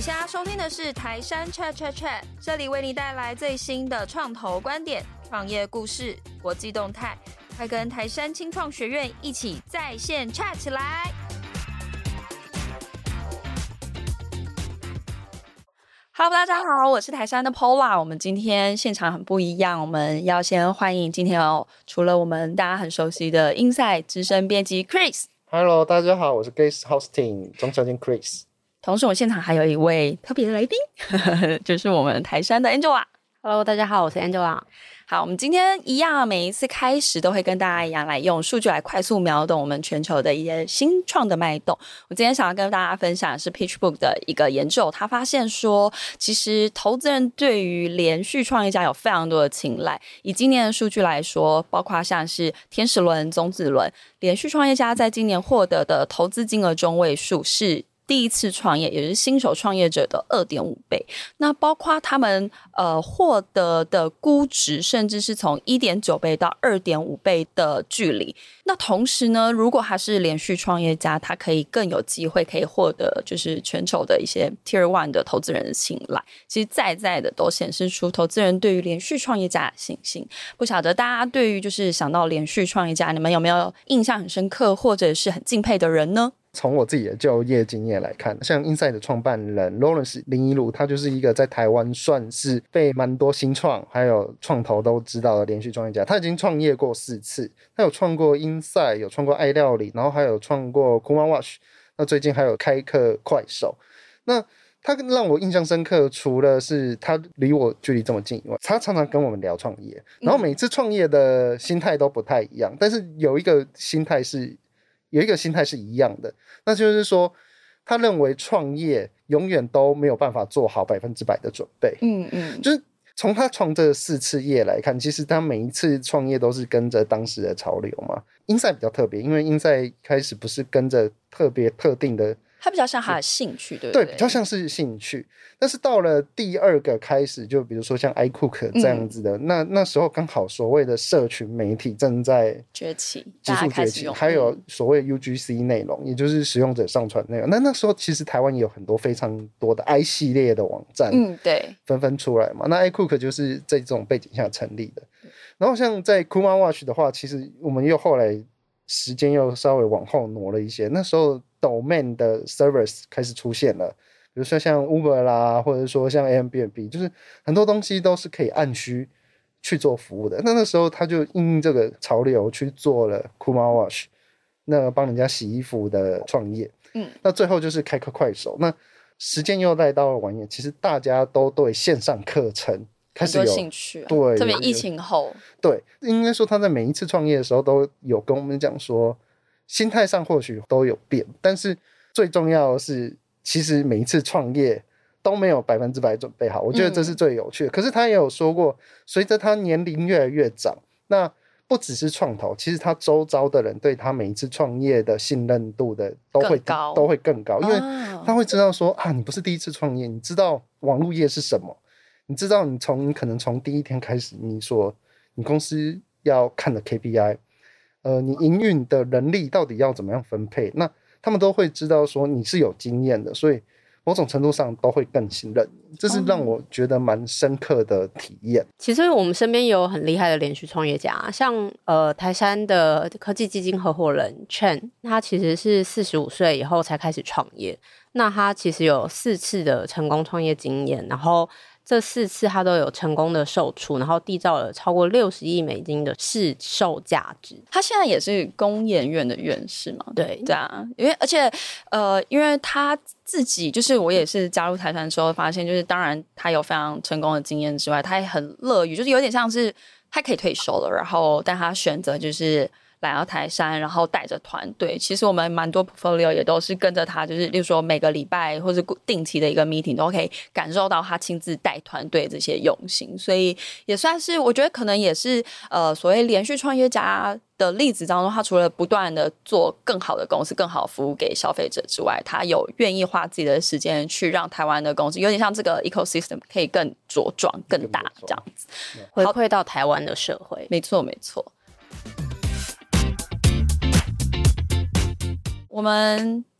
现在收听的是台杉 Chat Chat Chat， 这里为你带来最新的创投观点、创业故事、国际动态，快跟台杉青创学院一起在线 chat 起来。Hello， 大家好，我是台杉的 Paula。我们今天现场很不一样，我们要先欢迎今天除了我们大家很熟悉的 Insight 资深编辑 Chris。Hello， 大家好，我是 Guest Hosting 钟小金 Chris。 同时，我们现场还有一位特别的来宾，就是我们台杉的 Angela。Hello， 大家好，我是 Angela。 好，我们今天一样，每一次开始都会跟大家一样来用数据来快速秒懂我们全球的一些新创的脉动。我今天想要跟大家分享的是 PitchBook 的一个研究，他发现说，其实投资人对于连续创业家有非常多的青睐。以今年的数据来说，包括像是天使轮、种子轮，连续创业家在今年获得的投资金额中位数是第一次创业，也就是新手创业者的 2.5 倍。那包括他们获得的估值，甚至是从 1.9 倍到 2.5 倍的距离。那同时呢，如果他是连续创业家，他可以更有机会可以获得就是全球的一些 Tier 1的投资人的青睐。其实在的都显示出投资人对于连续创业家的信心。不晓得大家对于就是想到连续创业家，你们有没有印象很深刻或者是很敬佩的人呢？ 从我自己的就业经验来看，像 Insight 的创办人 Lawrence 林一路，他就是一个在台湾算是被蛮多新创还有创投都知道的连续创业家。他已经创业过4次，他有创过 Insight， 有创过爱料理，然后还有创过 Kuma Watch， 那最近还有开课快手。那他让我印象深刻，除了是他离我距离这么近以外，他常常跟我们聊创业，然后每次创业的心态都不太一样，但是有一个心态是一样的，那就是说他认为创业永远都没有办法做好100%的准备。就是从他创这4次业来看，其实他每一次创业都是跟着当时的潮流嘛。Insight 比较特别，因为 Insight 开始不是跟着特定的， 它比较像他的兴趣，对不对？ 对，比较像是兴趣。但是到了第2个开始，就比如说像 iCook 这样子的，那时候刚好所谓的社群媒体正在崛起， 急速崛起，还有所谓 UGC 内容，也就是使用者上传内容。那时候其实台湾也有很多非常多的 i 系列的网站， 对， 纷纷出来嘛。那 iCook 就是在这种背景下成立的。然后像在 Kuma Watch 的话，其实我们又后来时间又稍微往后挪了一些，那时候 Domain 的 Service 开始出现了，比如说像 Uber 啦，或者说像 Airbnb， 就是很多东西都是可以按需去做服务的。那时候他就因应这个潮流去做了 Kuma Watch， 那帮人家洗衣服的创业。那最后就是开课快手。那时间又来到了晚年，其实大家都对线上课程开始有兴趣， 对， 特别疫情后， 对，应该说他在每一次创业的时候都有跟我们讲说，心态上或许都有变，但是最重要的是，其实每一次创业都没有100%准备好，我觉得这是最有趣的。可是他也有说过，随着他年龄越来越长，那不只是创投，其实他周遭的人对他每一次创业的信任度的都会更高，因为他会知道说你不是第一次创业，你知道网络业是什么。你知道你可能从第一天开始，你公司要看的 KPI， 你营运的人力到底要怎么样分配，那他们都会知道说你是有经验的，所以某种程度上都会更信任你，这是让我觉得蛮深刻的体验。 其实我们身边也有很厉害的连续创业家，像台杉的科技基金合伙人 Chen， 他其实是45岁以后才开始创业，那他其实有4次的成功创业经验，然后这4次他都有成功的售出，然后缔造了超过60亿美金的市售价值。 他现在也是工研院的院士嘛？ 对啊，因为他自己就是我也是加入台杉之后发现，就是当然他有非常成功的经验之外，他也很乐于，就是有点像是他可以退休了，然后但他选择就是来到台杉，然后带着团队。其实我们蛮多 portfolio 也都是跟着他，就是例如说每个礼拜或者定期的一个 meeting 都可以感受到他亲自带团队这些用心，所以也算是我觉得可能也是所谓连续创业家的例子当中，他除了不断的做更好的公司、更好的服务给消费者之外，他有愿意花自己的时间去让台湾的公司有点像这个 ecosystem 可以更茁壮、更大这样子， 回馈到台湾的社会。 没错没错。我们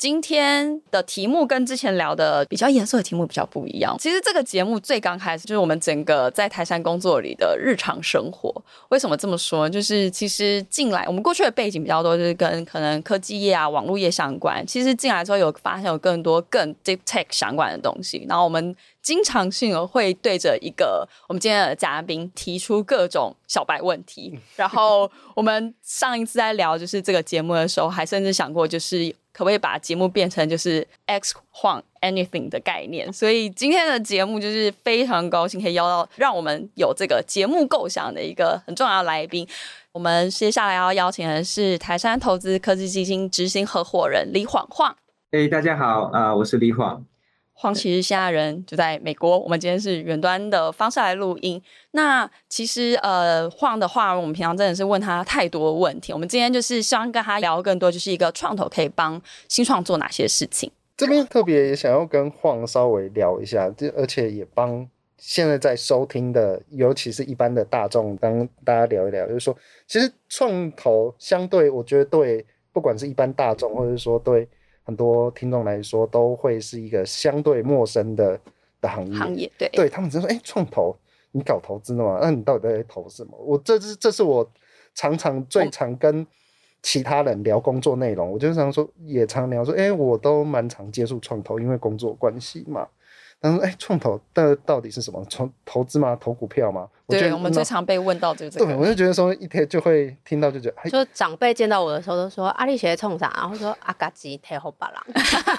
今天的题目跟之前聊的比较严肃的题目比较不一样。其实这个节目最刚开始就是我们整个在台山工作里的日常生活。为什么这么说？就是其实进来我们过去的背景比较多，就是跟可能科技业啊、网络业相关。其实进来之后有发现有更多更 deep tech 相关的东西，然后我们经常性会对着一个我们今天的嘉宾提出各种小白问题。然后我们上一次在聊就是这个节目的时候，还甚至想过就是可不可以把节目变成就是 X 晃 anything 的概念。所以今天的节目就是非常高兴可以邀到让我们有这个节目构想的一个很重要的来宾。我们接下来要邀请的是台山投资科技基金执行合伙人李晃。 大家好，我是李晃。 晃其实现在人就在美国，我们今天是远端的方式来录音。那其实晃的话，我们平常真的是问他太多问题，我们今天就是希望跟他聊更多，就是一个创投可以帮新创做哪些事情。 这边特别也想要跟晃稍微聊一下，而且也帮现在在收听的，尤其是一般的大众，帮大家聊一聊，就是说其实创投相对我觉得对不管是一般大众或者是说对很多听众来说都会是一个相对陌生的行业。对他们只是说创投你搞投资的吗？那你到底在投什么？这是我最常跟其他人聊工作内容，我就常说也常聊说我都蛮常接触创投，因为工作关系嘛。但是创投到底是什么？投资吗？投股票吗？ 对，我们最常被问到就是这个。 对，我就觉得说一天就会听到就觉得， 就长辈见到我的时候都说你是在冲啥，然后说嘎吉太好巴郎。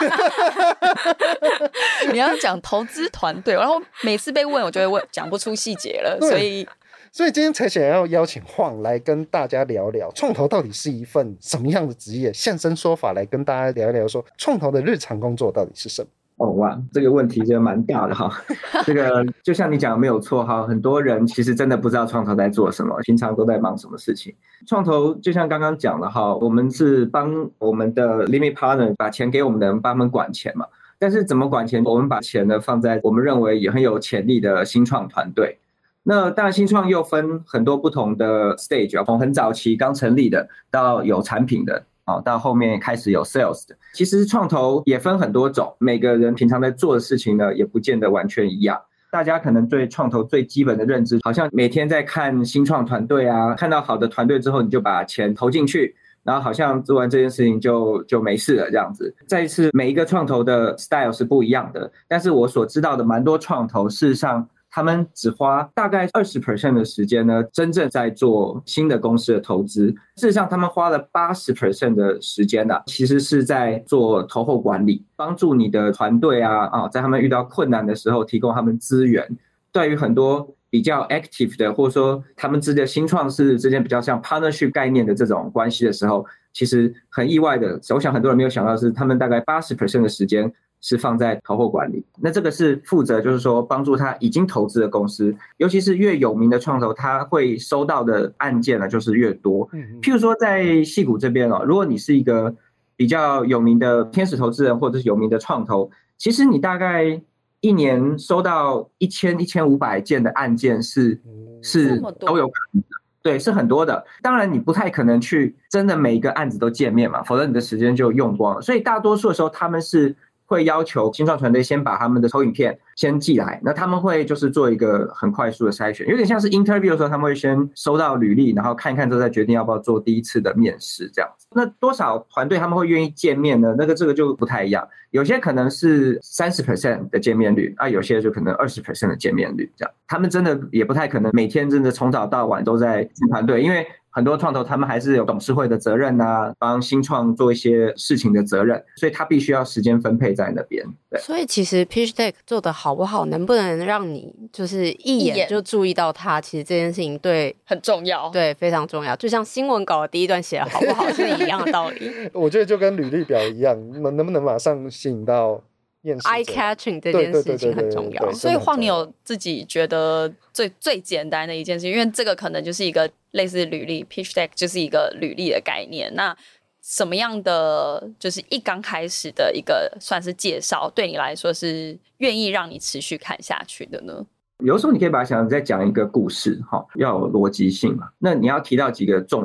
你要讲投资团队，然后每次被问我就会问讲不出细节了，所以今天才想要邀请晃来跟大家聊聊创投到底是一份什么样的职业，现身说法来跟大家聊一聊说创投的日常工作到底是什么。 哇，这个问题真的蛮大的哈。这个就像你讲的没有错哈，很多人其实真的不知道创投在做什么，平常都在忙什么事情。创投就像刚刚讲的哈，我们是帮我们的 limit partner 把钱给我们的人，帮他们管钱嘛。但是怎么管钱？我们把钱呢放在我们认为也很有潜力的新创团队。那当然新创又分很多不同的 stage， 从很早期刚成立的到有产品的，到后面开始有 sales 的。其实创投也分很多种，每个人平常在做的事情呢也不见得完全一样。大家可能对创投最基本的认知，好像每天在看新创团队啊，看到好的团队之后你就把钱投进去，然后好像做完这件事情就没事了这样子。再一次，每一个创投的 style 是不一样的，但是我所知道的蛮多创投事实上他们只花大概 20% 的时间呢，真正在做新的公司的投资。事实上，他们花了 80% 的时间呢，其实是在做投后管理，帮助你的团队在他们遇到困难的时候提供他们资源。对于很多比较 active 的，或者说他们之间新创事之间比较像 partnership 概念的这种关系的时候，其实很意外的，我想很多人没有想到的是，他们大概 80% 的时间是放在投后管理。那这个是负责就是说帮助他已经投资的公司，尤其是越有名的创投，他会收到的案件呢就是越多。譬如说在矽谷这边如果你是一个比较有名的天使投资人或者是有名的创投，其实你大概一年收到1500件的案件是都有可能的。对，是很多的。当然你不太可能去真的每一个案子都见面嘛，否则你的时间就用光了。所以大多数的时候他们是会要求新创团队先把他们的投影片先寄来，那他们会就是做一个很快速的筛选，有点像是 interview 的时候他们会先收到履历，然后看一看之后再决定要不要做第一次的面试这样子。那多少团队他们会愿意见面呢？这个就不太一样，有些可能是 30% 的见面率有些就可能 20% 的见面率这样。他们真的也不太可能每天真的从早到晚都在见团队，因为很多创投他们还是有董事会的责任帮新创做一些事情的责任，所以他必须要时间分配在那边。对， 所以其实 Pitch Deck 做得好不好，能不能让你就是一眼就注意到它，其实这件事情对很重要， 对，非常重要。就像新闻稿的第一段写得好不好是一样的道理。 我觉得就跟履历表一样，能不能马上吸引到 eye catching 这件事情很重要。 所以晃，你有自己觉得最简单的一件事，因为这个可能就是一个类似履历 pitch deck 就是一个履历的概念。那什么样的就是一刚开始的一个算是介绍，对你来说是愿意让你持续看下去的呢？ 有时候你可以把它想在讲一个故事要有逻辑性嘛。那你要提到几个重点，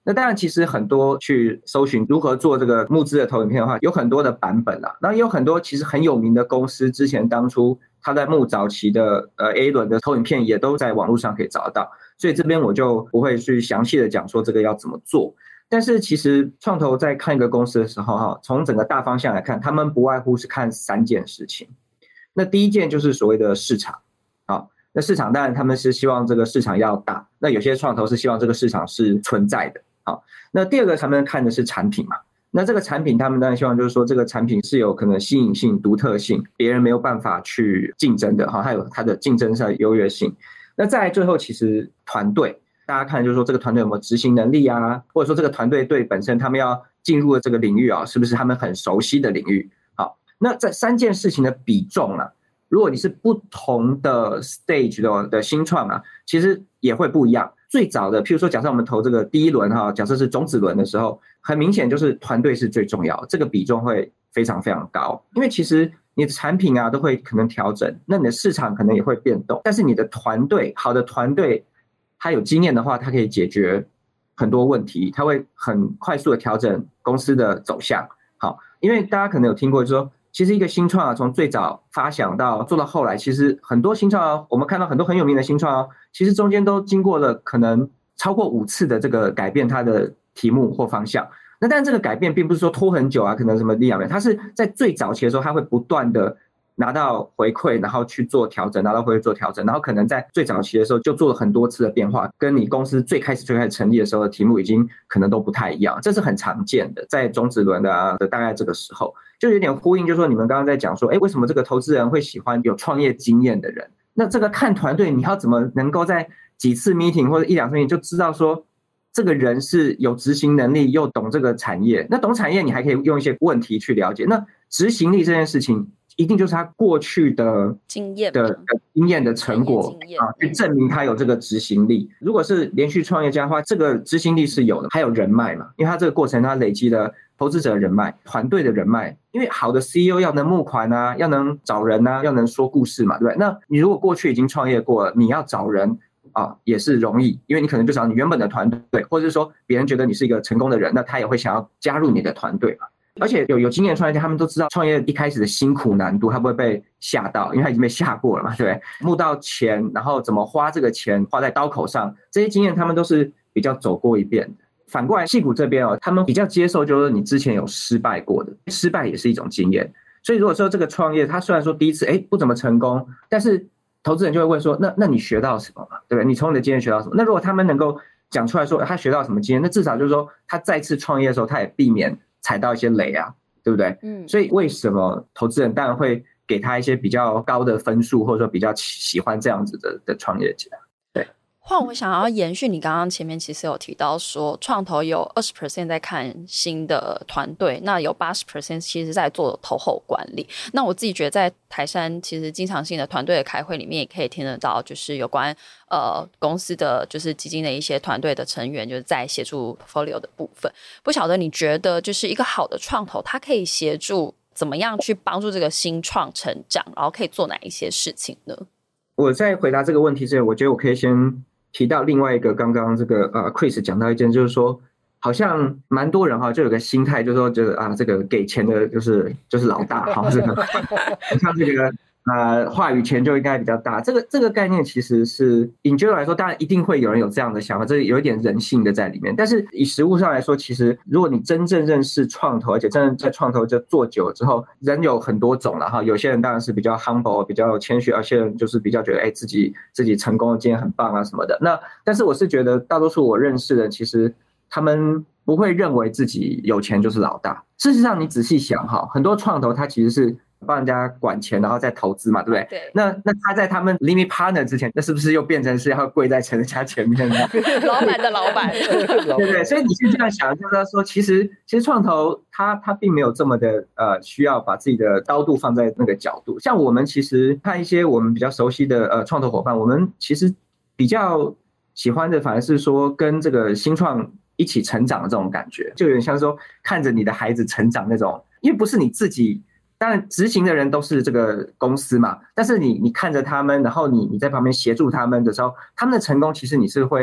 那当然，其实很多去搜寻如何做这个募资的投影片的话，有很多的版本啦。那也有很多其实很有名的公司，之前当初他在募早期的A 轮的投影片也都在网络上可以找得到。所以这边我就不会去详细的讲说这个要怎么做。但是其实创投在看一个公司的时候，从整个大方向来看，他们不外乎是看3件事情。那第一件就是所谓的市场，那市场当然他们是希望这个市场要大，那有些创投是希望这个市场是存在的。那第二个他们看的是产品嘛，那这个产品他们当然希望就是说这个产品是有可能吸引性、独特性，别人没有办法去竞争的，还有它的竞争上的优越性。那再来最后其实团队，大家看就是说这个团队有没有执行能力啊，或者说这个团队对本身他们要进入的这个领域是不是他们很熟悉的领域。好，那这3件事情的比重如果你是不同的 stage 的新创其实也会不一样。最早的譬如说假设我们投这个第1轮假设是种子轮的时候，很明显就是团队是最重要的，这个比重会非常非常高。因为其实你的产品都会可能调整，那你的市场可能也会变动，但是你的团队，好的团队他有经验的话，他可以解决很多问题，他会很快速的调整公司的走向。好，因为大家可能有听过就是说其实一个新创从最早发想到做到后来，其实很多新创我们看到很多很有名的新创其实中间都经过了可能超过5次的这个改变它的题目或方向。那但这个改变并不是说拖很久可能什么力量，它是在最早期的时候它会不断的拿到回馈，然后去做调整，拿到回馈做调整，然后可能在最早期的时候就做了很多次的变化，跟你公司最开始成立的时候的题目已经可能都不太一样，这是很常见的，在种子轮的大概这个时候，就有点呼应，就是说你们刚刚在讲说，为什么这个投资人会喜欢有创业经验的人？那这个看团队，你要怎么能够在几次 meeting 或者1-2次 meeting 就知道说这个人是有执行能力又懂这个产业？那懂产业你还可以用一些问题去了解，那执行力这件事情一定就是他过去的经验的成果去证明他有这个执行力。如果是连续创业家的话，这个执行力是有的，还有人脉嘛，因为他这个过程他累积了投资者的人脉、团队的人脉，因为好的 CEO 要能募款要能找人要能说故事嘛，对不对？那你如果过去已经创业过了，你要找人也是容易，因为你可能就找你原本的团队，或者是说别人觉得你是一个成功的人，那他也会想要加入你的团队嘛。而且有经验的创业家，他们都知道创业一开始的辛苦难度，他不会被吓到，因为他已经被吓过了嘛，对不对？募到钱，然后怎么花这个钱，花在刀口上，这些经验他们都是比较走过一遍的。反过来矽谷这边他们比较接受就是你之前有失败过的，失败也是一种经验。所以如果说这个创业他虽然说第一次不怎么成功，但是投资人就会问说那你学到什么嘛，对不对？你从你的经验学到什么？那如果他们能够讲出来说他学到什么经验，那至少就是说他再次创业的时候他也避免踩到一些雷对不对？所以为什么投资人当然会给他一些比较高的分数，或者说比较喜欢这样子的创业家？对。 换我想要延续你刚刚前面其实有提到说，创投有 20% 在看新的团队，那有 80% 其实在做投后管理。那我自己觉得在台山其实经常性的团队的开会里面也可以听得到，就是有关公司的就是基金的一些团队的成员就是在协助 portfolio 的部分。不晓得你觉得就是一个好的创投它可以协助怎么样去帮助这个新创成长，然后可以做哪一些事情呢？ 我在回答这个问题之前，我觉得我可以先提到另外一个，刚刚这个Chris 讲到一件，就是说好像蛮多人就有个心态，就是说就是这个给钱的就是老大这个像这个话语权就应该比较大。这个概念其实是in general来说，当然一定会有人有这样的想法，这有一点人性的在里面。但是以实务上来说，其实如果你真正认识创投，而且真正在创投就做久了之后，人有很多种了有些人当然是比较 humble 比较谦虚，有些人就是比较觉得自己成功的经验很棒什么的。那但是我是觉得大多数我认识的其实他们不会认为自己有钱就是老大。事实上你仔细想很多创投他其实是帮人家管钱然后再投资嘛，对不对？ 对。 那他在他们 limit partner 之前，那是不是又变成是要跪在人家前面呢？ 老板的老板对对，所以你是这样想，就是说其实创投他并没有这么的需要把自己的高度放在那个角度。像我们其实看一些我们比较熟悉的创投伙伴，我们其实比较喜欢的反而是说跟这个新创一起成长的这种感觉，就有点像说看着你的孩子成长那种。因为不是你自己，当然执行的人都是这个公司嘛，但是你看着他们，然后你在旁边协助他们的时候，他们的成功其实你是会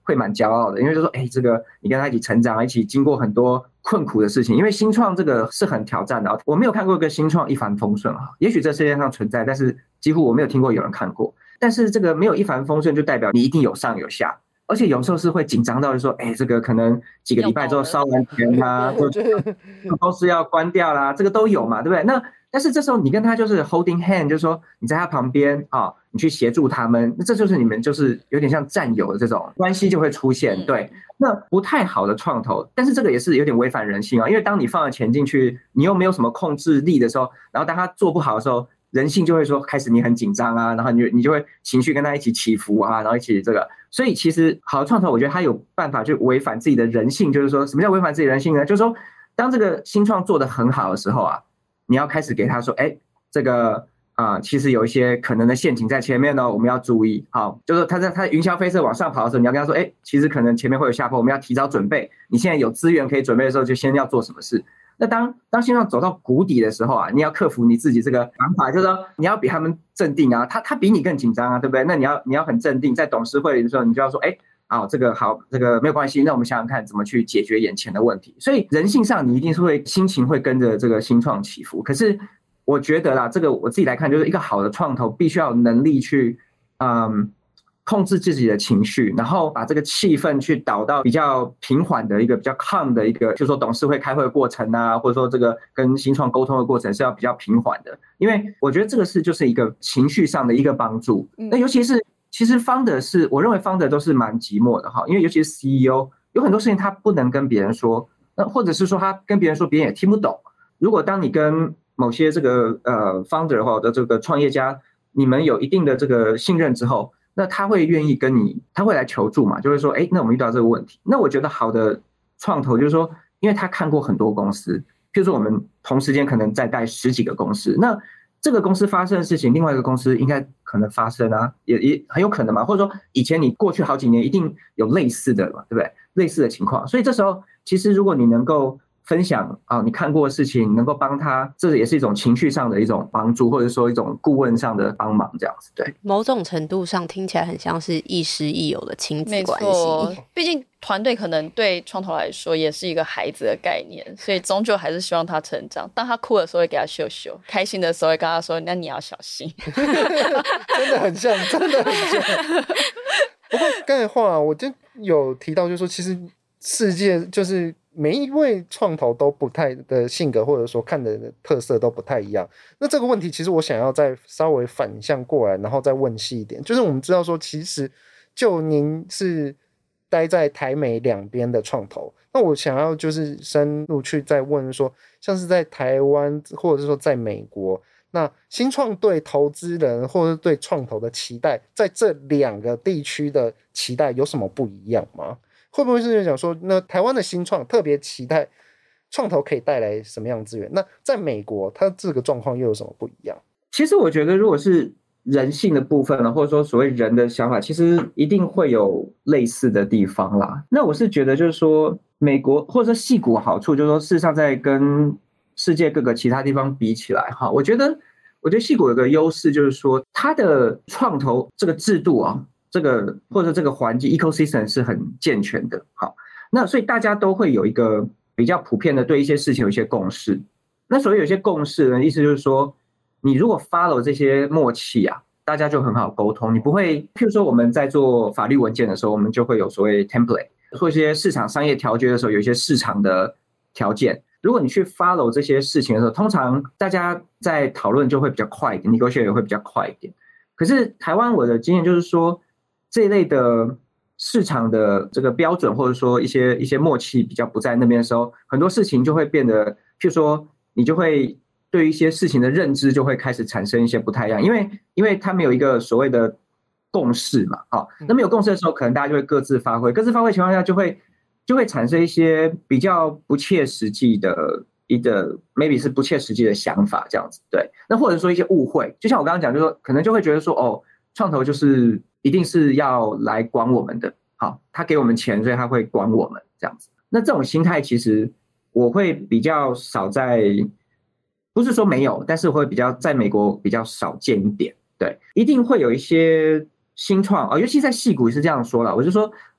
会蛮骄傲的，因为就说这个你跟他一起成长，一起经过很多困苦的事情，因为新创这个是很挑战的。我没有看过一个新创一帆风顺，也许这世界上存在，但是几乎我没有听过有人看过。但是这个没有一帆风顺，就代表你一定有上有下，而且有时候是会紧张到就说这个可能几个礼拜之后烧完钱啊，或者公司要关掉啦，这个都有嘛，对不对？那但是这时候你跟他就是 holding hand， 就是说你在他旁边你去协助他们，那这就是你们就是有点像战友的这种关系就会出现。对，那不太好的创投，但是这个也是有点违反人性因为当你放了钱进去，你又没有什么控制力的时候，然后当他做不好的时候，人性就会说开始你很紧张啊，然后你就会情绪跟他一起起伏啊，然后一起这个，所以其实好的创投我觉得他有办法去违反自己的人性，就是说什么叫违反自己的人性呢？就是说当这个新创做得很好的时候你要开始给他说这个其实有一些可能的陷阱在前面我们要注意。好，就是他在云霄飞车往上跑的时候，你要跟他说其实可能前面会有下坡，我们要提早准备，你现在有资源可以准备的时候就先要做什么事。那当新创走到谷底的时候你要克服你自己这个想法，就是说你要比他们镇定他比你更紧张对不对？那你要很镇定，在董事会的时候你就要说这个好，这个没有关系，那我们想想看怎么去解决眼前的问题。所以人性上你一定是会心情会跟着这个新创起伏，可是我觉得啦，这个我自己来看，就是一个好的创投必须要有能力去控制自己的情绪，然后把这个气氛去导到比较平缓的一个比较 calm 的一个，就是说董事会开会的过程或者说这个跟新创沟通的过程是要比较平缓的，因为我觉得这个就是一个情绪上的一个帮助。那尤其是其实 founder 是我认为 founder 都是蛮寂寞的因为尤其是 CEO 有很多事情他不能跟别人说，或者是说他跟别人说别人也听不懂。如果当你跟某些这个founder 或者这个创业家你们有一定的这个信任之后，那他会愿意跟你，他会来求助嘛，就会说那我们遇到这个问题。那我觉得好的创投就是说因为他看过很多公司，譬如说我们同时间可能在带10几个公司，那这个公司发生的事情另外一个公司应该可能发生也很有可能嘛，或者说以前你过去好几年一定有类似的嘛，对不对？类似的情况，所以这时候其实如果你能够分享你看过的事情，能够帮他，这也是一种情绪上的一种帮助，或者说一种顾问上的帮忙，这样子。对， 某种程度上听起来很像是亦师亦友的亲子关系。 毕竟团队可能对创投来说也是一个孩子的概念，所以终究还是希望他成长。当他哭的时候会给他秀秀，开心的时候会跟他说那你要小心。 真的很像，真的很像。不过刚才话我就有提到，就是说其实世界就是每一位创投都不太的性格，或者说看的特色都不太一样。那这个问题其实我想要再稍微反向过来，然后再问细一点，就是我们知道说其实就您是待在台美两边的创投，那我想要就是深入去再问说，像是在台湾或者是说在美国，那新创对投资人或者对创投的期待，在这两个地区的期待有什么不一样吗？会不会是讲说，那台湾的新创特别期待创投可以带来什么样的资源？那在美国，它这个状况又有什么不一样？ 其实我觉得，如果是人性的部分呢，或者说所谓人的想法，其实一定会有类似的地方啦。那我是觉得，就是说美国或者说矽谷好处，就是说事实上在跟世界各个其他地方比起来，我觉得矽谷有个优势，就是说它的创投这个制度这个或者这个环境 ecosystem 是很健全的。好，那所以大家都会有一个比较普遍的对一些事情有一些共识。那所谓有一些共识的意思就是说，你如果 follow 这些默契大家就很好沟通。你不会，譬如说我们在做法律文件的时候，我们就会有所谓 template， 或一些市场商业条约的时候有一些市场的条件。如果你去 follow 这些事情的时候，通常大家在讨论就会比较快一点， negotiate 也会比较快一点。可是台湾我的经验就是说，这一类的市场的这个标准，或者说一些默契比较不在那边的时候，很多事情就会变得，譬如说你就会对于一些事情的认知就会开始产生一些不太一样，因为它没有一个所谓的共识嘛。那没有共识的时候，可能大家就会各自发挥的情况下，就会产生一些比较不切实际的maybe 是不切实际的想法这样子。对，那或者说一些误会，就像我刚刚讲，就是说可能就会觉得说创投就是一定是要来管我们的，好，他给我们钱，所以他会管我们这样子。那这种心态其实我会比较少不是说没有，但是我会比较在美国比较少见一点。对，一定会有一些新创尤其在矽谷是这样说啦，我就说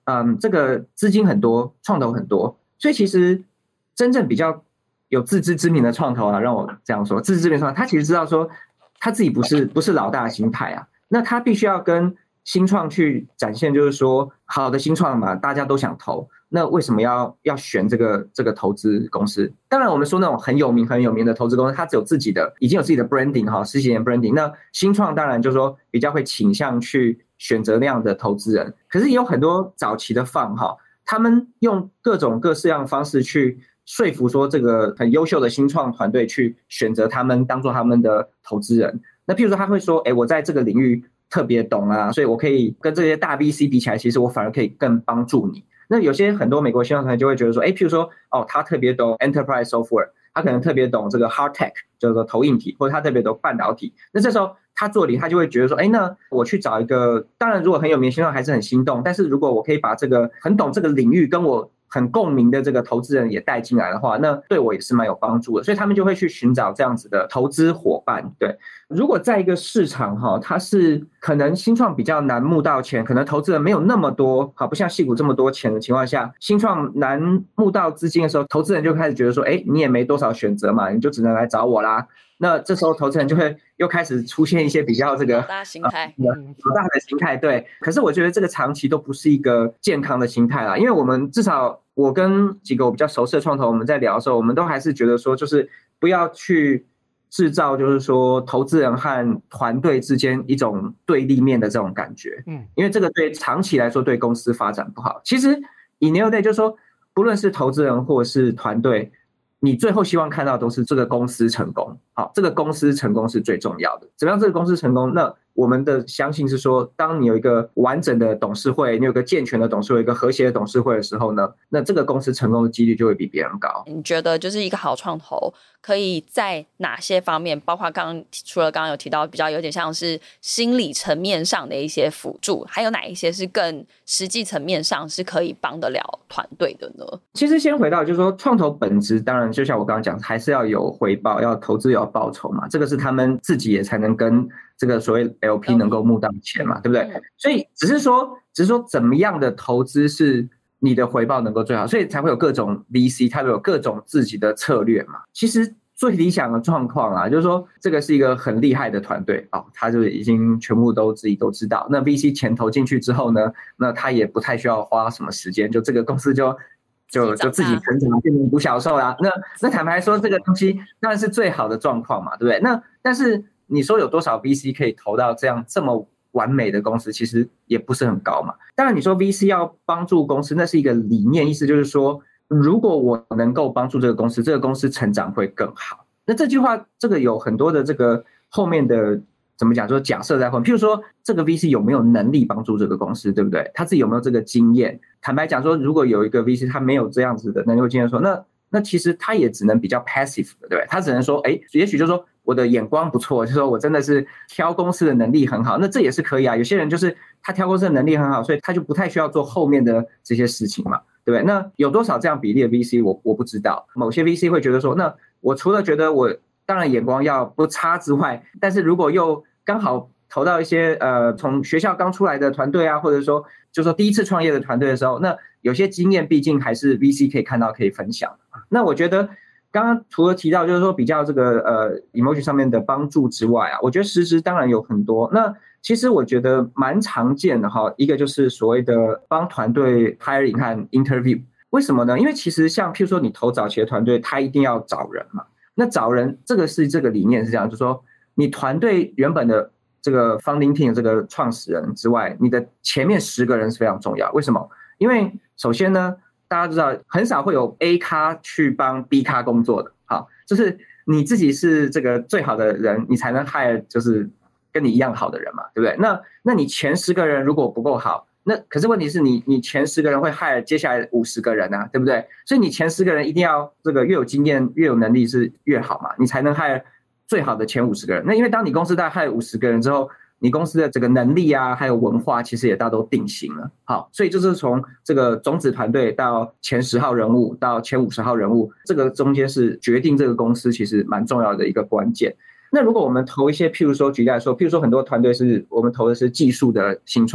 这个资金很多，创投很多，所以其实真正比较有自知之明的创投啊，让我这样说，自知之明的创投，他其实知道说他自己不是老大的心态啊，那他必须要跟新创去展现，就是说好的新创嘛，大家都想投，那为什么要选这个投资公司？当然我们说那种很有名的投资公司，它已经有自己的 branding 哈，10几年 branding， 那新创当然就是说比较会倾向去选择那样的投资人，可是也有很多早期的fund哈，他们用各种各式样的方式去说服说这个很优秀的新创团队去选择他们当做他们的投资人。那譬如说他会说，我在这个领域特别懂啊，所以我可以跟这些大 VC 比起来，其实我反而可以更帮助你。那有些很多美国新创团队就会觉得说，譬如说他特别懂 enterprise software， 他可能特别懂这个 hard tech， 就是说投硬体，或者他特别懂半导体。那这时候他做他就会觉得说，那我去找一个，当然如果很有名的新创还是很心动，但是如果我可以把这个很懂这个领域跟我很共鸣的这个投资人也带进来的话，那对我也是蛮有帮助的，所以他们就会去寻找这样子的投资伙伴。对，如果在一个市场它是可能新创比较难募到钱，可能投资人没有那么多，不像矽谷这么多钱的情况下，新创难募到资金的时候，投资人就开始觉得说，你也没多少选择嘛，你就只能来找我啦。那这时候投资人就会又开始出现一些比较这个老大心态， 老大的心态，对。可是我觉得这个长期都不是一个健康的心态啦，因为我们至少我跟几个我比较熟悉的创投，我们在聊的时候，我们都还是觉得说，就是不要去制造就是说投资人和团队之间一种对立面的这种感觉，因为这个对长期来说对公司发展不好。其实以 NeoDay 就是说，不论是投资人或是团队，你最后希望看到都是这个公司成功，好，这个公司成功是最重要的。怎么样这个公司成功？那我们的相信是说，当你有一个完整的董事会，你有一个健全的董事会，一个和谐的董事会的时候呢，那这个公司成功的几率就会比别人高。 你觉得就是一个好创投可以在哪些方面，包括除了刚刚有提到比较有点像是心理层面上的一些辅助，还有哪一些是更实际层面上是可以帮得了团队的呢？ 其实先回到就是说，创投本质当然就像我刚刚讲，还是要有回报，要投资有报酬嘛，这个是他们自己也才能跟这个所谓 LP 能够募到钱嘛，对不对？所以只是说怎么样的投资是你的回报能够最好，所以才会有各种 VC， 它会有各种自己的策略嘛。其实最理想的状况啊，就是说这个是一个很厉害的团队他就已经全部都自己都知道。那 VC 钱投进去之后呢，那他也不太需要花什么时间，就这个公司就自己成长变成独角兽啦。那坦白说，这个东西当然是最好的状况嘛，对不对？那但是你说有多少 VC 可以投到这么完美的公司，其实也不是很高嘛。当然你说 VC 要帮助公司，那是一个理念，意思就是说，如果我能够帮助这个公司，这个公司成长会更好。那这句话这个有很多的这个后面的怎么讲，说假设在后面，譬如说这个 VC 有没有能力帮助这个公司，对不对？他自己有没有这个经验？坦白讲说，如果有一个 VC 他没有这样子的能力或经验，说那其实他也只能比较 passive 的，对不对？他只能说，也许就是说我的眼光不错，就是说我真的是挑公司的能力很好，那这也是可以啊。有些人就是他挑公司的能力很好，所以他就不太需要做后面的这些事情嘛，对不对？那有多少这样比例的 VC 我不知道。某些 VC 会觉得说，那我除了觉得我当然眼光要不差之外，但是如果又刚好投到一些从学校刚出来的团队啊，或者说就是说第一次创业的团队的时候，那有些经验毕竟还是 VC 可以看到可以分享。那我觉得刚刚除了提到就是说比较这个emoji 上面的帮助之外啊，我觉得实质当然有很多。那其实我觉得蛮常见的一个就是所谓的帮团队 hiring 和 interview。为什么呢？因为其实像譬如说你投早期的团队，他一定要找人嘛。那找人这个理念是这样，就是说你团队原本的这个 founding team 这个创始人之外，你的前面10个人是非常重要。为什么？因为首先呢，大家知道很少会有 A 咖去帮 B 咖工作的，好，就是你自己是这个最好的人，你才能 hire 就是跟你一样好的人嘛，对不对？那你前10个人如果不够好，那可是问题是你前10个人会 hire 接下来50个人啊，对不对？所以你前10个人一定要这个越有经验越有能力是越好嘛，你才能 hire 最好的前50个人。那因为当你公司大概 hire 50个人之后，你公司的这个能力啊，还有文化，其实也大都定型了。好，所以就是从这个种子团队到前10号人物到前50号人物，这个中间是决定这个公司其实蛮重要的一个关键。那如果我们投一些，譬如说举例来说，譬如说很多团队是我们投的是技术的新创，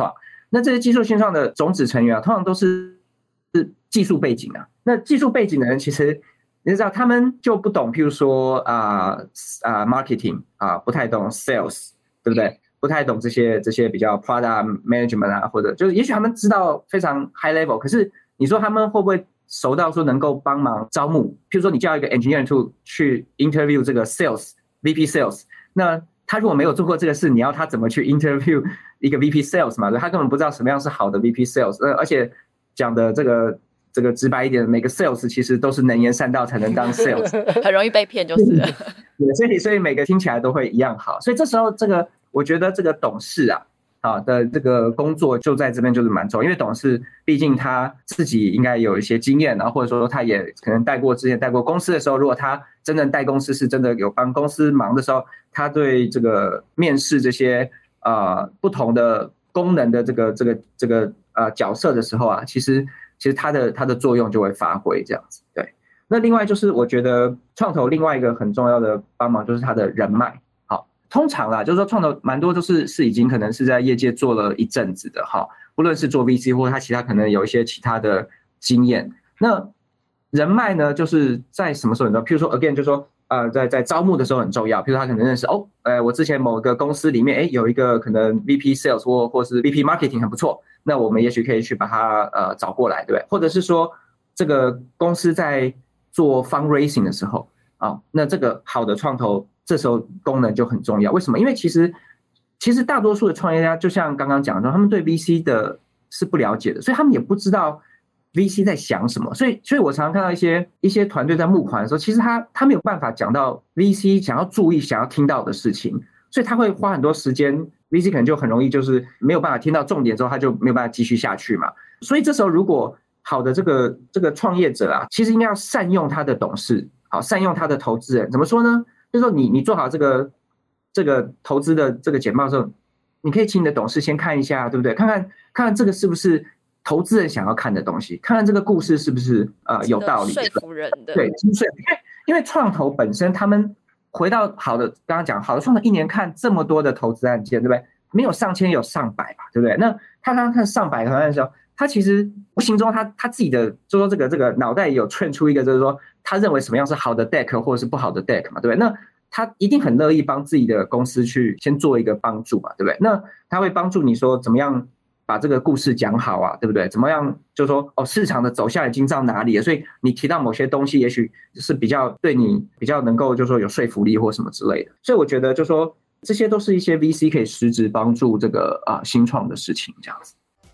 那这些技术新创的种子成员啊，通常都是技术背景啊。那技术背景的人，其实你知道他们就不懂，譬如说marketing 不太懂 sales， 对不对？不太懂这些比较 product management 啊，或者就是也许他们知道非常 high level， 可是你说他们会不会熟到说能够帮忙招募？譬如说你叫一个 engineer去 interview 这个 VP sales， 那他如果没有做过这个事，你要他怎么去 interview 一个 VP sales 嘛？他根本不知道什么样是好的 VP sales， 而且讲的这个直白一点，每个 sales 其实都是能言善道才能当 sales， 很容易被骗就是了。 所以每个听起来都会一样好，所以这时候我觉得这个董事的这个工作就在这边就是蛮重要，因为董事毕竟他自己应该有一些经验，然后或者说他也可能之前带过公司的时候，如果他真正带公司是真的有帮公司忙的时候，他对这个面试这些不同的功能的这个角色的时候啊，其实他的作用就会发挥这样子。对，那另外就是我觉得创投另外一个很重要的帮忙就是他的人脉。通常啦，就是说创投蛮多都是已经可能是在业界做了一阵子的不论是做 VC 或他其他可能有一些其他的经验。那人脉呢，就是在什么时候很重要？譬如说 again 就是说在招募的时候很重要。譬如他可能认识我之前某个公司里面有一个可能 VP Sales 或是 VP Marketing 很不错，那我们也许可以去把他找过来，对不对？或者是说这个公司在做 fundraising 的时候那这个好的创投这时候功能就很重要。为什么？因为其实大多数的创业家就像刚刚讲的，他们对 VC 的是不了解的，所以他们也不知道 VC 在想什么。所以我常常看到一些团队在募款的时候，其实他没有办法讲到 VC 想要注意想要听到的事情，所以他会花很多时间， VC 可能就很容易就是没有办法听到重点之后，他就没有办法继续下去嘛。所以这时候如果好的这个创业者其实应该要善用他的董事，善用他的投资人。怎么说呢？就是说你做好这个投资的这个简报的时候，你可以请你的董事先看一下，对不对？看看这个是不是投资人想要看的东西，看看这个故事是不是有道理， 说服人的。 对，因为创投本身他们回到刚刚讲好的创投一年看这么多的投资案件，对不对？没有上千有上百吧，对不对？那他刚刚看上百个投资案的时候，他其实无形中他自己的就说这个脑袋有串出一个就是说他认为什么样是好的 deck 或者是不好的 deck 嘛，对不对？那他一定很乐意帮自己的公司去先做一个帮助嘛，对不对？那他会帮助你说怎么样把这个故事讲好对不对？怎么样就是说市场的走向已经到哪里了，所以你提到某些东西也许是比较对你比较能够就是说有说服力或什么之类的。所以我觉得就是说这些都是一些 VC 可以实质帮助这个新创的事情这样子。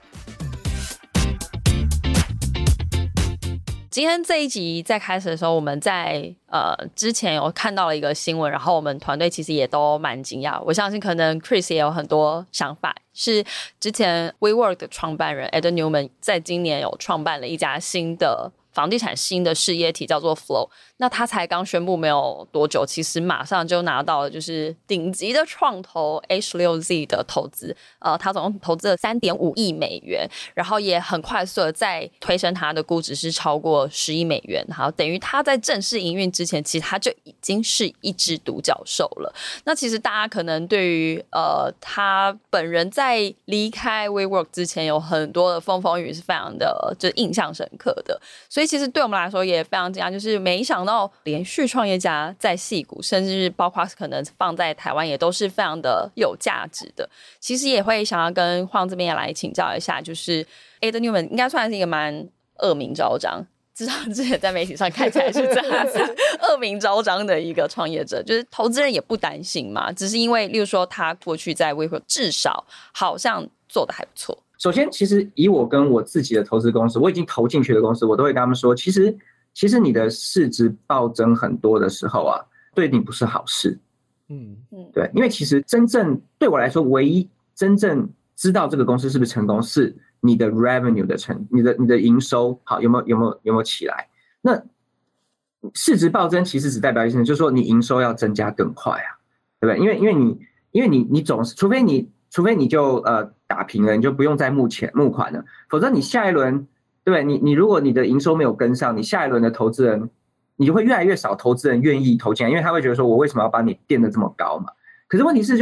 今天这一集在开始的时候，我们在之前有看到了一个新闻，然后我们团队其实也都蛮惊讶。我相信可能 Chris 也有很多想法，是之前 WeWork 的创办人 Adam Neumann 在今年有创办了一家新的房地产新的事业体叫做 Flow。 那他才刚宣布没有多久，其实马上就拿到了就是顶级的创投 H6Z 的投资，他总共投资了3.5亿美元，然后也很快速的在推升他的估值是超过10亿美元。好，等于他在正式营运之前，其实他就已经是一只独角兽了。那其实大家可能对于他本人在离开 WeWork 之前有很多的风风雨是非常的就印象深刻的，所以其实对我们来说也非常惊讶，就是没想到连续创业家在矽谷，甚至包括可能放在台湾也都是非常的有价值的。其实也会想要跟晃这边也来请教一下，就是 Adam Neumann 应该算是一个蛮恶名昭彰，至少之前在媒体上看起来是这样子恶名昭彰的一个创业者，就是投资人也不担心嘛，只是因为例如说他过去在 WeWork 至少好像做得还不错。 首先其实以我跟我自己的投资公司，我已经投进去的公司，我都会跟他们说，其实你的市值暴增很多的时候对你不是好事。对，因为其实真正对我来说，唯一真正知道这个公司是不是成功，是你的 revenue 的你的营收好有没有起来。那市值暴增其实只代表一件事，就是说你营收要增加更快对不对？因为你总是除非你就打平了，你就不用再募款了，否则你下一轮，对不对？你如果你的营收没有跟上，你下一轮的投资人，你就会越来越少投资人愿意投进来，因为他会觉得说我为什么要把你垫得这么高嘛？可是问题是就是说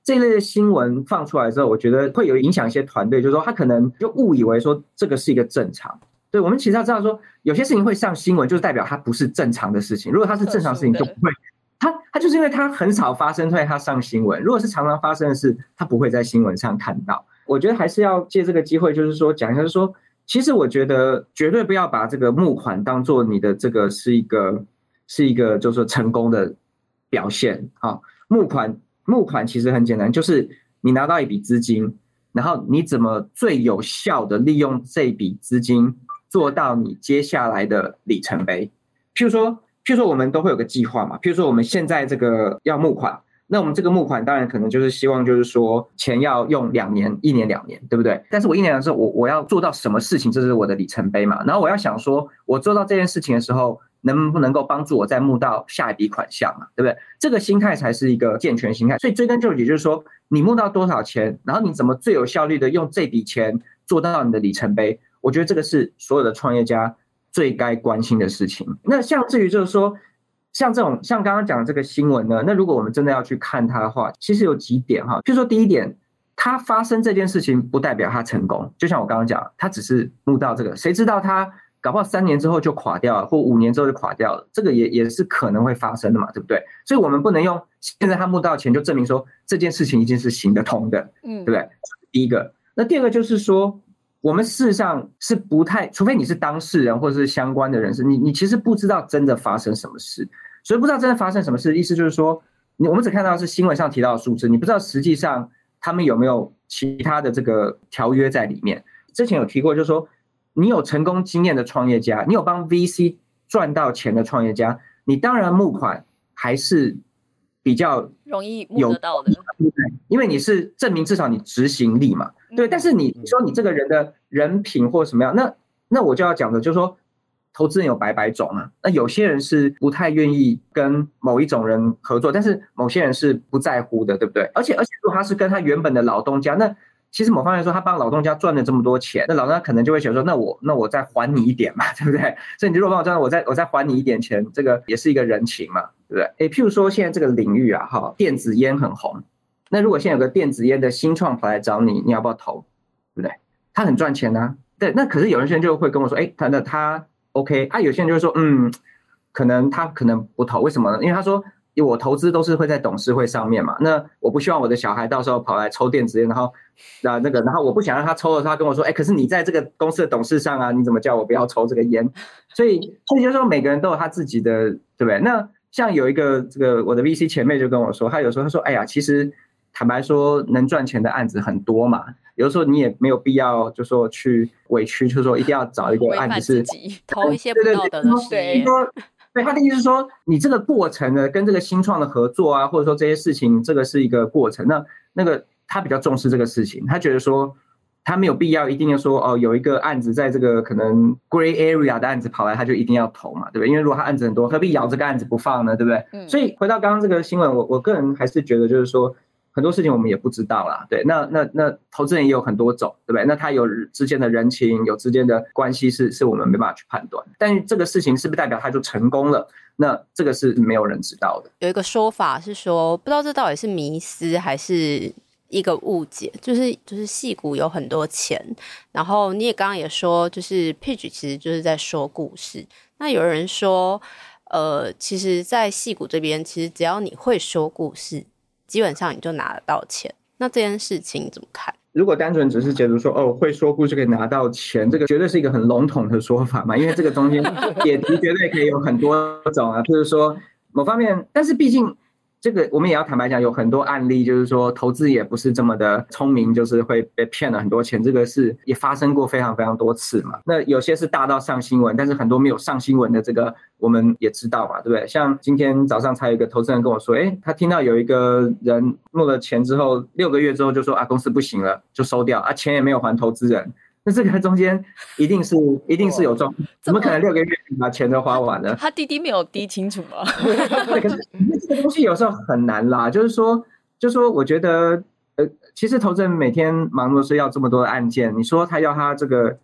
这一类的新闻放出来之后，我觉得会有影响一些团队，就是说他可能就误以为说这个是一个正常。对，我们其实要知道说，有些事情会上新闻，就是代表它不是正常的事情。如果它是正常的事情，就不会。它就是因为它很少发生，所以它上新闻。如果是常常发生的事，它不会在新闻上看到。我觉得还是要借这个机会，就是说讲一下，就是说，其实我觉得绝对不要把这个募款当做你的这个是一个就是说成功的表现啊。募款其实很简单，就是你拿到一笔资金，然后你怎么最有效的利用这笔资金做到你接下来的里程碑。譬如说我们都会有个计划嘛，譬如说我们现在这个要募款，那我们这个募款当然可能就是希望就是说钱要用2年，1年2年，对不对？但是我1年的时候我要做到什么事情，这是我的里程碑嘛。然后我要想说我做到这件事情的时候，能不能够帮助我再募到下一笔款项嘛，对不对？这个心态才是一个健全心态。所以追根究底就是说，你募到多少钱，然后你怎么最有效率的用这笔钱做到你的里程碑，我觉得这个是所有的创业家最该关心的事情。那像至于就是说像刚刚讲的这个新闻呢，那如果我们真的要去看它的话，其实有几点哈。譬如说第一点，它发生这件事情不代表它成功，就像我刚刚讲，它只是募到这个，谁知道它搞不好3年之后就垮掉了，或5年之后就垮掉了，这个也是可能会发生的嘛，对不对？所以我们不能用现在他募到钱就证明说这件事情一定是行得通的，对不对？第一个。那第二个就是说，我们事实上是不太，除非你是当事人或者是相关的人士，你其实不知道真的发生什么事。所以不知道真的发生什么事，意思就是说，我们只看到是新闻上提到的数字，你不知道实际上他们有没有其他的这个条约在里面。之前有提过，就是说，你有成功经验的创业家，你有帮 VC 赚到钱的创业家，你当然募款还是比较容易募得到的， 因为你是证明至少你执行力嘛，对。但是你说你这个人的人品或什么样，那我就要讲的就是说，投资人有百百种啊，那有些人是不太愿意跟某一种人合作，但是某些人是不在乎的，对不对？而且如果他是跟他原本的老东家，那其实某方面来说，他帮老东家赚了这么多钱，那老东家可能就会想说，那我再还你一点嘛，对不对？所以你如果帮我赚，我再还你一点钱，这个也是一个人情嘛，对不对？譬如说现在这个领域啊，电子烟很红，那如果现在有个电子烟的新创跑来找你，你要不要投？对不对？他很赚钱啊，对。那可是有些人就会跟我说，他OK 啊，有些人就会说，他可能不投，为什么呢？因为他说我投资都是会在董事会上面嘛，那我不希望我的小孩到时候跑来抽电子烟，然后我不想让他抽了，他跟我说，可是你在这个公司的董事上啊，你怎么叫我不要抽这个烟？所以就是说每个人都有他自己的，对不对？那像有一个这个我的 VC 前辈就跟我说，他有时候他说，其实坦白说，能赚钱的案子很多嘛。有的时候你也没有必要就说去委屈，就是说一定要找一个案子是投一些不道德的事业。 对，他的意思是说，你这个过程呢，跟这个新创的合作啊，或者说这些事情，这个是一个过程。那个他比较重视这个事情，他觉得说他没有必要一定要说有一个案子在这个可能 gray area 的案子跑来，他就一定要投嘛，对不对？因为如果他案子很多，何必咬这个案子不放呢，对不对？所以回到刚刚这个新闻，我个人还是觉得就是说，很多事情我们也不知道啦，对，那投资人也有很多种，对不对？那他有之间的人情，有之间的关系是我们没办法去判断。但是这个事情是不是代表他就成功了？那这个是没有人知道的。 有一个说法是说，不知道这到底是迷思还是一个误解，就是矽谷有很多钱，然后你也刚刚也说，就是 pitch 其实就是在说故事。那有人说，其实，在矽谷这边，其实只要你会说故事，基本上你就拿得到钱。那这件事情怎么看？ 如果单纯只是解读说会说故事可以拿到钱，这个绝对是一个很笼统的说法嘛，因为这个中间也绝对可以有很多种啊，就是说某方面，但是毕竟这个我们也要坦白讲，有很多案例就是说投资也不是这么的聪明，就是会被骗了很多钱，这个是也发生过非常非常多次嘛。那有些是大到上新闻，但是很多没有上新闻的，这个我们也知道嘛，对不对？像今天早上才有一个投资人跟我说，他听到有一个人募了钱之后6个月之后就说公司不行了，就收掉啊，钱也没有还投资人。那这个中间一定是有状况，怎么可能6个月把钱都花完了？ 他滴滴没有滴清楚吗？ 对，可是这个东西有时候很难啦，就是说我觉得其实投资人每天忙碌是要这么多的案件，你说他要他这个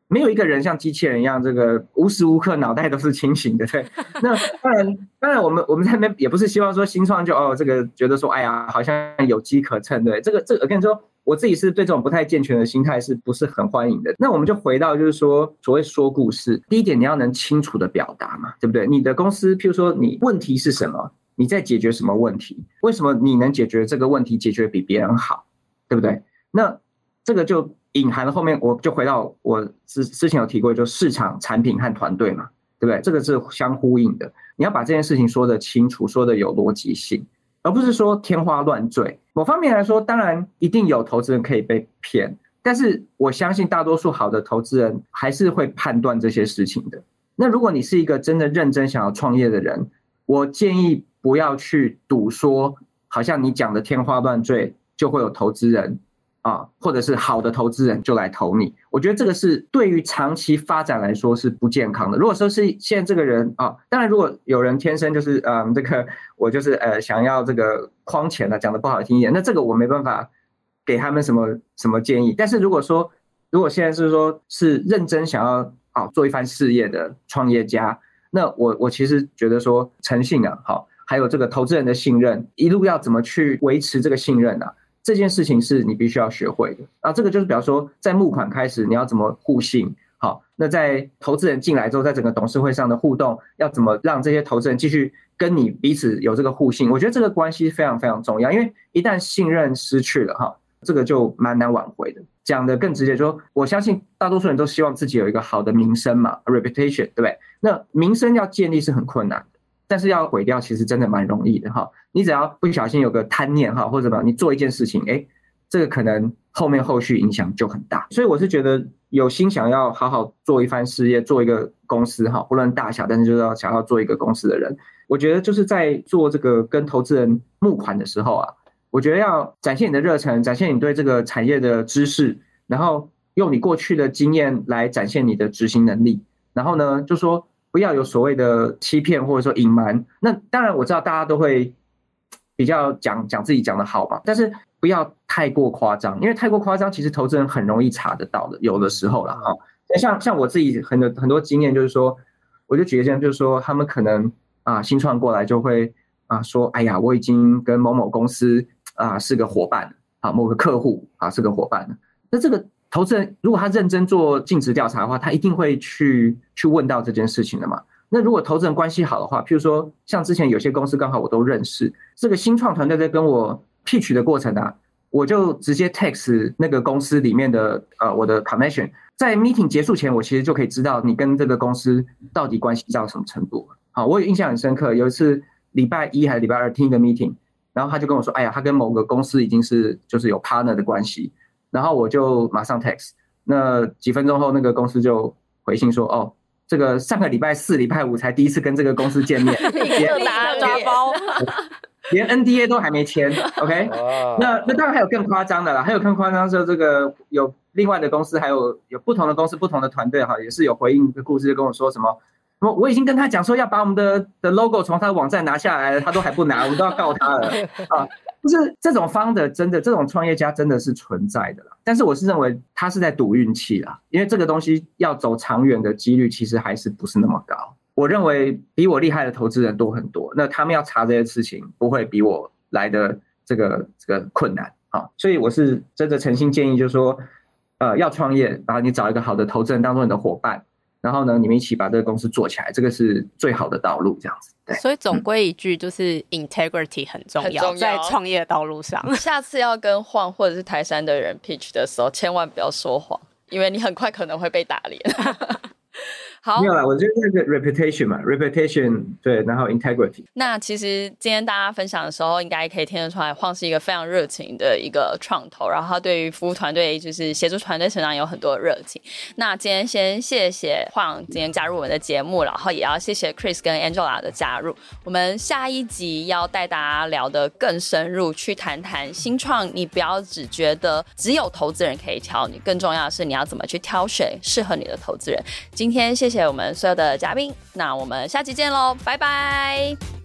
没有一个人像机器人一样，这个无时无刻脑袋都是清醒的，对。那当然，我们在那边也不是希望说新创就这个觉得说，哎呀，好像有机可乘，对。这个我跟你说，我自己是对这种不太健全的心态是不是很欢迎的？那我们就回到就是说，所谓说故事，第一点你要能清楚的表达嘛，对不对？你的公司，譬如说你问题是什么，你在解决什么问题？为什么你能解决这个问题，解决比别人好，对不对？那这个就隐含了后面，我就回到我之前有提过，就市场、产品和团队嘛，对不对？这个是相呼应的。你要把这件事情说得清楚，说得有逻辑性，而不是说天花乱坠。某方面来说，当然一定有投资人可以被骗，但是我相信大多数好的投资人还是会判断这些事情的。那如果你是一个真的认真想要创业的人，我建议不要去赌说，好像你讲的天花乱坠就会有投资人或者是好的投资人就来投你。我觉得这个是对于长期发展来说是不健康的。如果说是现在这个人当然如果有人天生就是这个我就是想要这个框钱讲的不好听一点，那这个我没办法给他们什么建议。但是如果现在是说是认真想要做一番事业的创业家，那我其实觉得说诚信还有这个投资人的信任，一路要怎么去维持这个信任这件事情是你必须要学会的这个就是比方说在募款开始你要怎么互信，好，那在投资人进来之后，在整个董事会上的互动要怎么让这些投资人继续跟你彼此有这个互信，我觉得这个关系非常非常重要，因为一旦信任失去了这个就蛮难挽回的。讲的更直接说，我相信大多数人都希望自己有一个好的名声嘛 reputation， 对不对？那名声要建立是很困难的，但是要毁掉其实真的蛮容易的你只要不小心有个贪念或者你做一件事情，这个可能后续影响就很大。所以我是觉得有心想要好好做一番事业，做一个公司不论大小，但是就是想要做一个公司的人，我觉得就是在做这个跟投资人募款的时候我觉得要展现你的热忱，展现你对这个产业的知识，然后用你过去的经验来展现你的执行能力，然后呢就说不要有所谓的欺骗或者说隐瞒。那当然我知道大家都会比较讲自己讲的好嘛，但是不要太过夸张，因为太过夸张其实投资人很容易查得到的，有的时候啦像我自己很多经验，就是说我就举个例子，就是说他们可能新创过来就会说，哎呀我已经跟某某公司是个伙伴某个客户是个伙伴。那这个投资人如果他认真做尽职调查的话，他一定会去问到这件事情的嘛。那如果投资人关系好的话，譬如说像之前有些公司刚好我都认识，这个新创团队在跟我 pitch 的过程我就直接 text 那个公司里面的我的 connection， 在 meeting 结束前我其实就可以知道你跟这个公司到底关系到什么程度。我有印象很深刻，有一次礼拜一还是礼拜二听一个 meeting， 然后他就跟我说，哎呀他跟某个公司已经是就是有 partner 的关系，然后我就马上 text， 那几分钟后那个公司就回信说，这个上个礼拜四礼拜五才第一次跟这个公司见面拿抓包连 NDA 都还没签 OK， 那当然还有更夸张的啦，还有更夸张的是这个有另外的公司，还有不同的公司不同的团队也是有回应的故事，就跟我说什么我已经跟他讲说要把我们的 logo 从他的网站拿下来了，他都还不拿，我们都要告他了就是这种方的真的这种创业家真的是存在的啦，但是我是认为他是在赌运气啦，因为这个东西要走长远的几率其实还是不是那么高。我认为比我厉害的投资人多很多，那他们要查这些事情不会比我来的这个困难所以我是真的诚心建议，就是说要创业，然后你找一个好的投资人当做你的伙伴，然后呢你们一起把这个公司做起来，这个是最好的道路这样子。对， 所以总归一句就是 integrity 很重要，在创业的道路上。 下次要跟晃或者是台山的人 pitch 的时候千万不要说谎，因为你很快可能会被打脸好， 没有啦，我觉得这个 reputation 嘛 reputation 对，然后 integrity。 那其实今天大家分享的时候应该可以听得出来，晃是一个非常热情的一个创投，然后他对于服务团队就是协助团队成长有很多的热情。那今天先谢谢晃今天加入我们的节目，然后也要谢谢 Chris 跟 Angela 的加入。我们下一集要带大家聊得更深入，去谈谈新创，你不要只觉得只有投资人可以挑你，更重要的是你要怎么去挑选适合你的投资人。今天谢谢我们所有的嘉宾，那我们下期见咯，拜拜。